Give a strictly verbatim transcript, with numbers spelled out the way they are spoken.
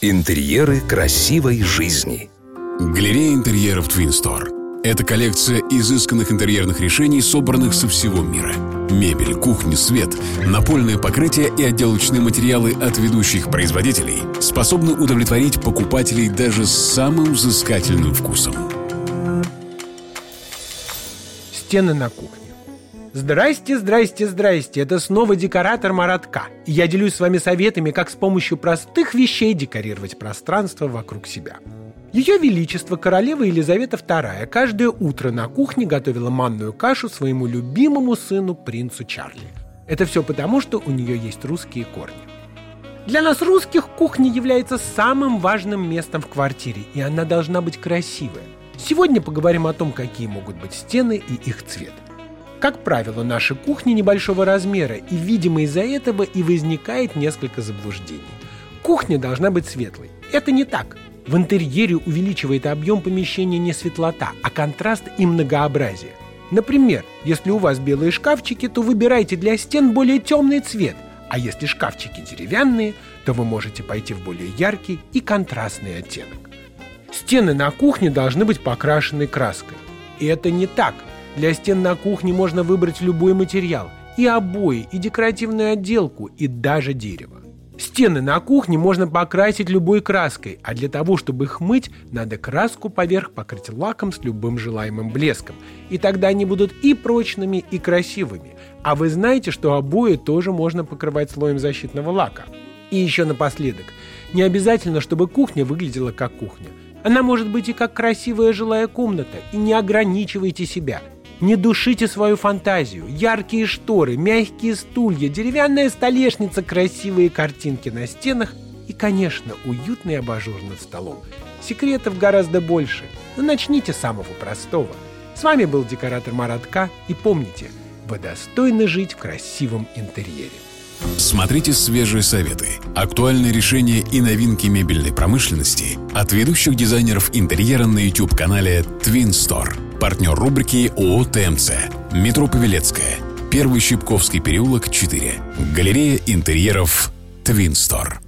Интерьеры красивой жизни. Галерея интерьеров Twin Store – это коллекция изысканных интерьерных решений, собранных со всего мира. Мебель, кухня, свет, напольное покрытие и отделочные материалы от ведущих производителей способны удовлетворить покупателей даже с самым взыскательным вкусом. Стены на кухне. Здрасте, здрасте, здрасте, это снова декоратор Марат К. И я делюсь с вами советами, как с помощью простых вещей декорировать пространство вокруг себя. Ее Величество королева Елизавета вторая каждое утро на кухне готовила манную кашу своему любимому сыну принцу Чарли. Это все потому, что у нее есть русские корни. Для нас, русских, кухня является самым важным местом в квартире, и она должна быть красивая. Сегодня поговорим о том, какие могут быть стены и их цвет. Как правило, наши кухни небольшого размера, и, видимо, из-за этого и возникает несколько заблуждений. Кухня должна быть светлой. Это не так. В интерьере увеличивает объем помещения не светлота, а контраст и многообразие. Например, если у вас белые шкафчики, то выбирайте для стен более темный цвет, а если шкафчики деревянные, то вы можете пойти в более яркий и контрастный оттенок. Стены на кухне должны быть покрашены краской. И это не так. Для стен на кухне можно выбрать любой материал – и обои, и декоративную отделку, и даже дерево. Стены на кухне можно покрасить любой краской, а для того, чтобы их мыть, надо краску поверх покрыть лаком с любым желаемым блеском. И тогда они будут и прочными, и красивыми. А вы знаете, что обои тоже можно покрывать слоем защитного лака. И еще напоследок, не обязательно, чтобы кухня выглядела как кухня. Она может быть и как красивая жилая комната, и не ограничивайте себя. Не душите свою фантазию. Яркие шторы, мягкие стулья, деревянная столешница, красивые картинки на стенах и, конечно, уютный абажур над столом. Секретов гораздо больше, но начните с самого простого. С вами был декоратор Марат К. И помните, вы достойны жить в красивом интерьере. Смотрите свежие советы, актуальные решения и новинки мебельной промышленности от ведущих дизайнеров интерьера на YouTube-канале Twin Store. Партнер рубрики ООО ТМЦ. Метро Павелецкая. Первый Щипковский переулок, четыре. Галерея интерьеров Twin Store.